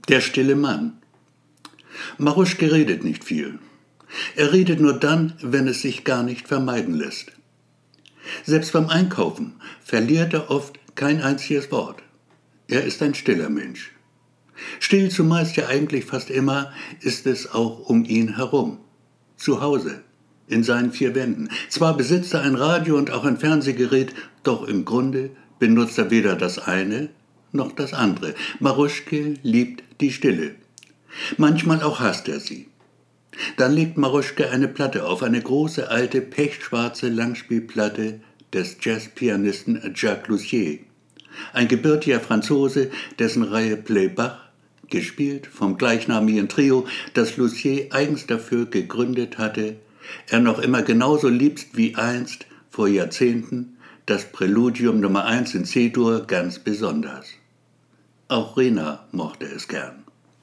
Der stille Mann. Maruschke redet nicht viel. Er redet nur dann, wenn es sich gar nicht vermeiden lässt. Selbst beim Einkaufen verliert er oft kein einziges Wort. Er ist ein stiller Mensch. Still zumeist ja eigentlich fast immer ist es auch um ihn herum. Zu Hause, in seinen vier Wänden. Zwar besitzt er ein Radio und auch ein Fernsehgerät, doch im Grunde benutzt er weder das eine noch das andere. Maruschke liebt die Stille. Manchmal auch hasst er sie. Dann legt Maruschke eine Platte auf, eine große, alte, pechschwarze Langspielplatte des Jazzpianisten Jacques Lussier. Ein gebürtiger Franzose, dessen Reihe Play Bach, gespielt vom gleichnamigen Trio, das Lussier eigens dafür gegründet hatte, er noch immer genauso liebt wie einst, vor Jahrzehnten, das Präludium Nummer 1 in C-Dur ganz besonders. Auch Rena mochte es gern.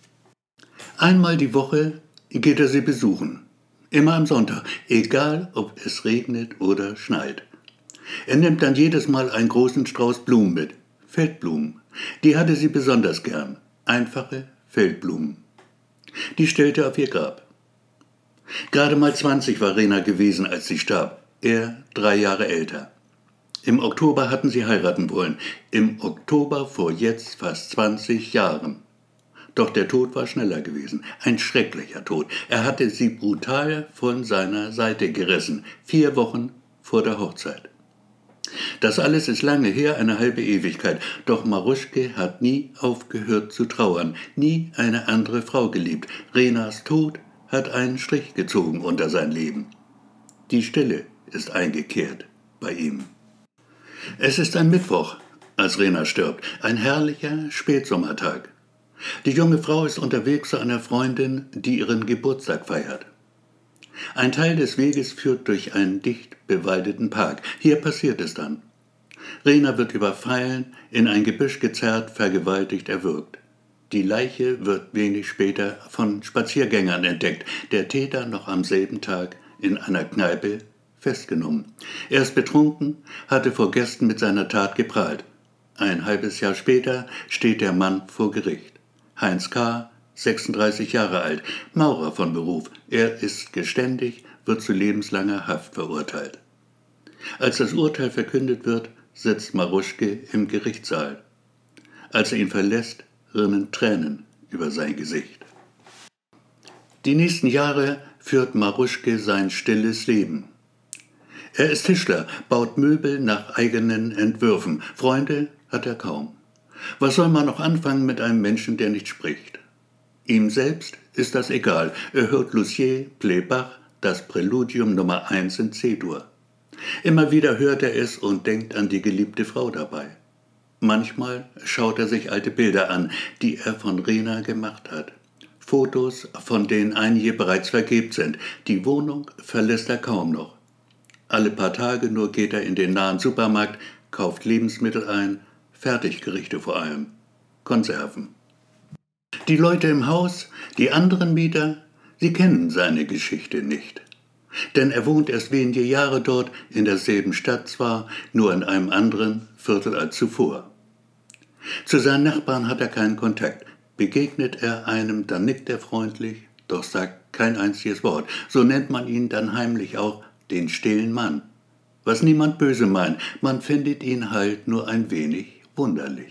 Einmal die Woche geht er sie besuchen. Immer am Sonntag, egal ob es regnet oder schneit. Er nimmt dann jedes Mal einen großen Strauß Blumen mit. Feldblumen. Die hatte sie besonders gern. Einfache Feldblumen. Die stellte er auf ihr Grab. Gerade mal 20 war Rena gewesen, als sie starb. Er 3 Jahre älter. Im Oktober hatten sie heiraten wollen. Im Oktober vor jetzt fast 20 Jahren. Doch der Tod war schneller gewesen. Ein schrecklicher Tod. Er hatte sie brutal von seiner Seite gerissen. 4 Wochen vor der Hochzeit. Das alles ist lange her, eine halbe Ewigkeit. Doch Maruschke hat nie aufgehört zu trauern, nie eine andere Frau geliebt. Renas Tod hat einen Strich gezogen unter sein Leben. Die Stille ist eingekehrt bei ihm. Es ist ein Mittwoch, als Rena stirbt. Ein herrlicher Spätsommertag. Die junge Frau ist unterwegs zu einer Freundin, die ihren Geburtstag feiert. Ein Teil des Weges führt durch einen dicht bewaldeten Park. Hier passiert es dann. Rena wird überfallen, in ein Gebüsch gezerrt, vergewaltigt, erwürgt. Die Leiche wird wenig später von Spaziergängern entdeckt. Der Täter noch am selben Tag in einer Kneipe festgenommen. Er ist betrunken, hatte vor Gästen mit seiner Tat geprahlt. Ein halbes Jahr später steht der Mann vor Gericht. Heinz K., 36 Jahre alt, Maurer von Beruf. Er ist geständig, wird zu lebenslanger Haft verurteilt. Als das Urteil verkündet wird, sitzt Maruschke im Gerichtssaal. Als er ihn verlässt, rinnen Tränen über sein Gesicht. Die nächsten Jahre führt Maruschke sein stilles Leben. Er ist Tischler, baut Möbel nach eigenen Entwürfen. Freunde hat er kaum. Was soll man noch anfangen mit einem Menschen, der nicht spricht? Ihm selbst ist das egal. Er hört Lussier, Play Bach, das Präludium Nummer 1 in C-Dur. Immer wieder hört er es und denkt an die geliebte Frau dabei. Manchmal schaut er sich alte Bilder an, die er von Rena gemacht hat. Fotos, von denen einige bereits vergilbt sind. Die Wohnung verlässt er kaum noch. Alle paar Tage nur geht er in den nahen Supermarkt, kauft Lebensmittel ein, Fertiggerichte vor allem, Konserven. Die Leute im Haus, die anderen Mieter, sie kennen seine Geschichte nicht. Denn er wohnt erst wenige Jahre dort, in derselben Stadt zwar, nur in einem anderen Viertel als zuvor. Zu seinen Nachbarn hat er keinen Kontakt. Begegnet er einem, dann nickt er freundlich, doch sagt kein einziges Wort. So nennt man ihn dann heimlich auch den stillen Mann. Was niemand böse meint, man findet ihn halt nur ein wenig wunderlich.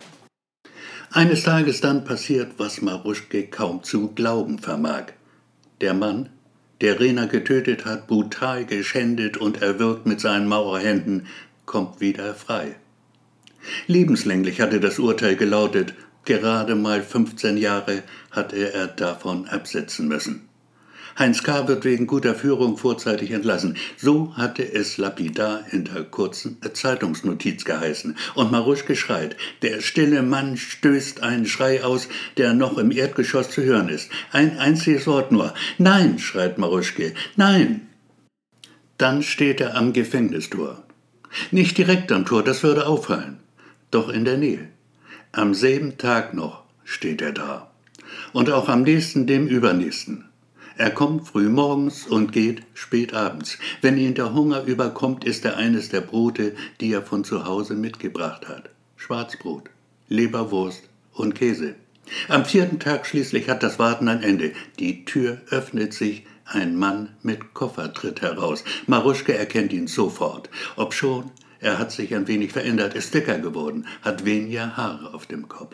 Eines Tages dann passiert, was Maruschke kaum zu glauben vermag. Der Mann, der Rena getötet hat, brutal geschändet und erwürgt mit seinen Maurerhänden, kommt wieder frei. Lebenslänglich hatte das Urteil gelautet, gerade mal 15 Jahre hatte er davon absitzen müssen. Heinz K. wird wegen guter Führung vorzeitig entlassen. So hatte es lapidar in der kurzen Zeitungsnotiz geheißen. Und Maruschke schreit. Der stille Mann stößt einen Schrei aus, der noch im Erdgeschoss zu hören ist. Ein einziges Wort nur. Nein, schreit Maruschke. Nein! Dann steht er am Gefängnistor. Nicht direkt am Tor, das würde auffallen. Doch in der Nähe. Am selben Tag noch steht er da. Und auch am nächsten, dem übernächsten. Er kommt früh morgens und geht spät abends. Wenn ihn der Hunger überkommt, isst er eines der Brote, die er von zu Hause mitgebracht hat. Schwarzbrot, Leberwurst und Käse. Am 4. Tag schließlich hat das Warten ein Ende. Die Tür öffnet sich, ein Mann mit Koffer tritt heraus. Maruschka erkennt ihn sofort. Obschon, er hat sich ein wenig verändert, ist dicker geworden, hat weniger Haare auf dem Kopf.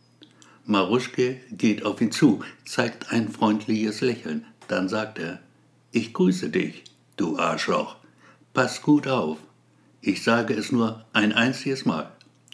Maruschka geht auf ihn zu, zeigt ein freundliches Lächeln. Dann sagt er, ich grüße dich, du Arschloch. Pass gut auf. Ich sage es nur ein einziges Mal.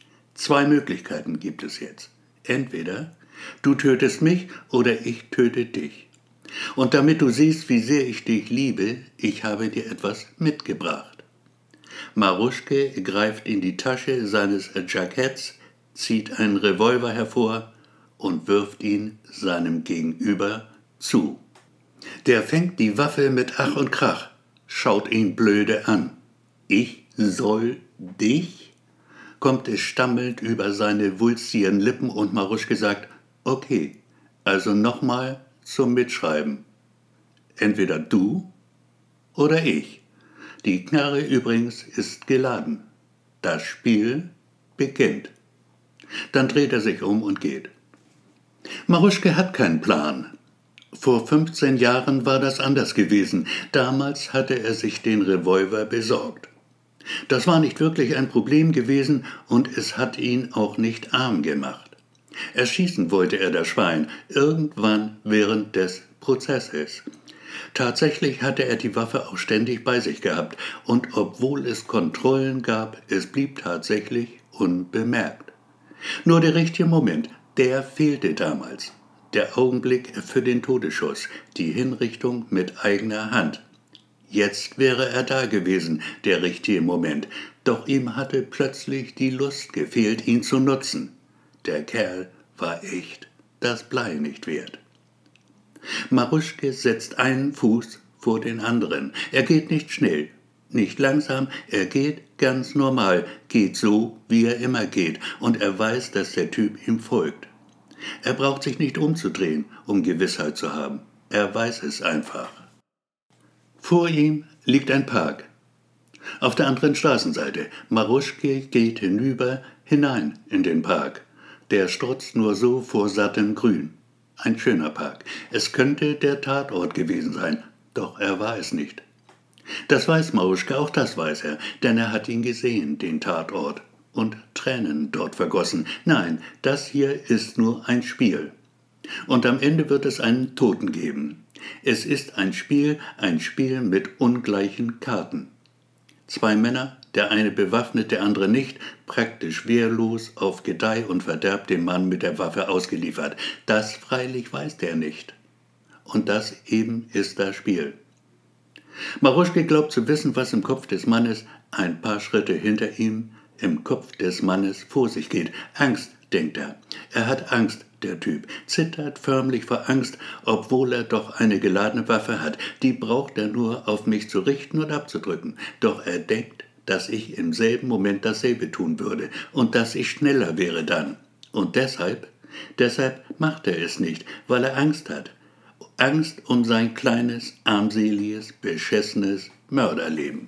2 Möglichkeiten gibt es jetzt. Entweder du tötest mich oder ich töte dich. Und damit du siehst, wie sehr ich dich liebe, ich habe dir etwas mitgebracht. Maruschka greift in die Tasche seines Jacketts, zieht einen Revolver hervor und wirft ihn seinem Gegenüber zu. Der fängt die Waffe mit Ach und Krach, schaut ihn blöde an. Ich soll dich? Kommt es stammelnd über seine wulstigen Lippen und Maruschka sagt, okay, also nochmal zum Mitschreiben. Entweder du oder ich. Die Knarre übrigens ist geladen. Das Spiel beginnt. Dann dreht er sich um und geht. Maruschka hat keinen Plan. Vor 15 Jahren war das anders gewesen. Damals hatte er sich den Revolver besorgt. Das war nicht wirklich ein Problem gewesen und es hat ihn auch nicht arm gemacht. Erschießen wollte er das Schwein, irgendwann während des Prozesses. Tatsächlich hatte er die Waffe auch ständig bei sich gehabt und obwohl es Kontrollen gab, es blieb tatsächlich unbemerkt. Nur der richtige Moment, der fehlte damals. Der Augenblick für den Todesschuss, die Hinrichtung mit eigener Hand. Jetzt wäre er da gewesen, der richtige Moment, doch ihm hatte plötzlich die Lust gefehlt, ihn zu nutzen. Der Kerl war echt das Blei nicht wert. Maruschka setzt einen Fuß vor den anderen. Er geht nicht schnell, nicht langsam, er geht ganz normal, geht so, wie er immer geht, und er weiß, dass der Typ ihm folgt. Er braucht sich nicht umzudrehen, um Gewissheit zu haben. Er weiß es einfach. Vor ihm liegt ein Park. Auf der anderen Straßenseite. Maruschka geht hinein in den Park. Der strotzt nur so vor sattem Grün. Ein schöner Park. Es könnte der Tatort gewesen sein, doch er war es nicht. Das weiß Maruschka, auch das weiß er, denn er hat ihn gesehen, den Tatort, und Tränen dort vergossen. Nein, das hier ist nur ein Spiel. Und am Ende wird es einen Toten geben. Es ist ein Spiel mit ungleichen Karten. 2 Männer, der eine bewaffnet, der andere nicht, praktisch wehrlos, auf Gedeih und Verderb dem Mann mit der Waffe ausgeliefert. Das freilich weiß der nicht. Und das eben ist das Spiel. Maruschka glaubt zu wissen, was im Kopf des Mannes ein paar Schritte hinter ihm im Kopf des Mannes vor sich geht. Angst, denkt er. Er hat Angst, der Typ, zittert förmlich vor Angst, obwohl er doch eine geladene Waffe hat. Die braucht er nur auf mich zu richten und abzudrücken. Doch er denkt, dass ich im selben Moment dasselbe tun würde und dass ich schneller wäre dann. Und deshalb macht er es nicht, weil er Angst hat. Angst um sein kleines, armseliges, beschissenes Mörderleben.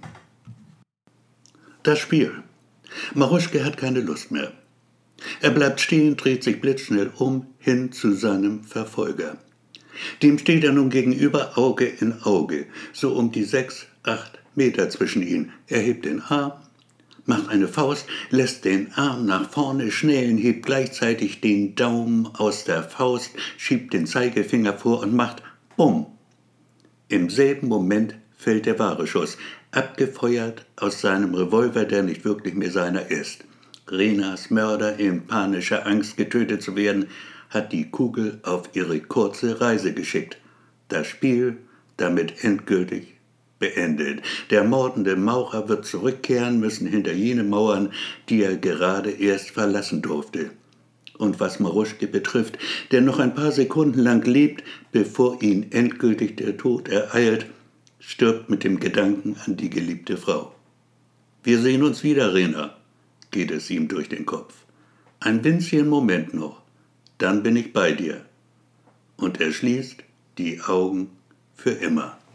Das Spiel. Maruschka hat keine Lust mehr. Er bleibt stehen, dreht sich blitzschnell um, hin zu seinem Verfolger. Dem steht er nun gegenüber, Auge in Auge, so um die 6, 8 Meter zwischen ihnen. Er hebt den Arm, macht eine Faust, lässt den Arm nach vorne schnellen, hebt gleichzeitig den Daumen aus der Faust, schiebt den Zeigefinger vor und macht Bumm. Im selben Moment fällt der wahre Schuss, abgefeuert aus seinem Revolver, der nicht wirklich mehr seiner ist. Renas Mörder, in panischer Angst getötet zu werden, hat die Kugel auf ihre kurze Reise geschickt. Das Spiel damit endgültig beendet. Der mordende Maurer wird zurückkehren müssen hinter jene Mauern, die er gerade erst verlassen durfte. Und was Maruschka betrifft, der noch ein paar Sekunden lang lebt, bevor ihn endgültig der Tod ereilt, stirbt mit dem Gedanken an die geliebte Frau. Wir sehen uns wieder, Rena, geht es ihm durch den Kopf. Ein winzigen Moment noch, dann bin ich bei dir. Und er schließt die Augen für immer.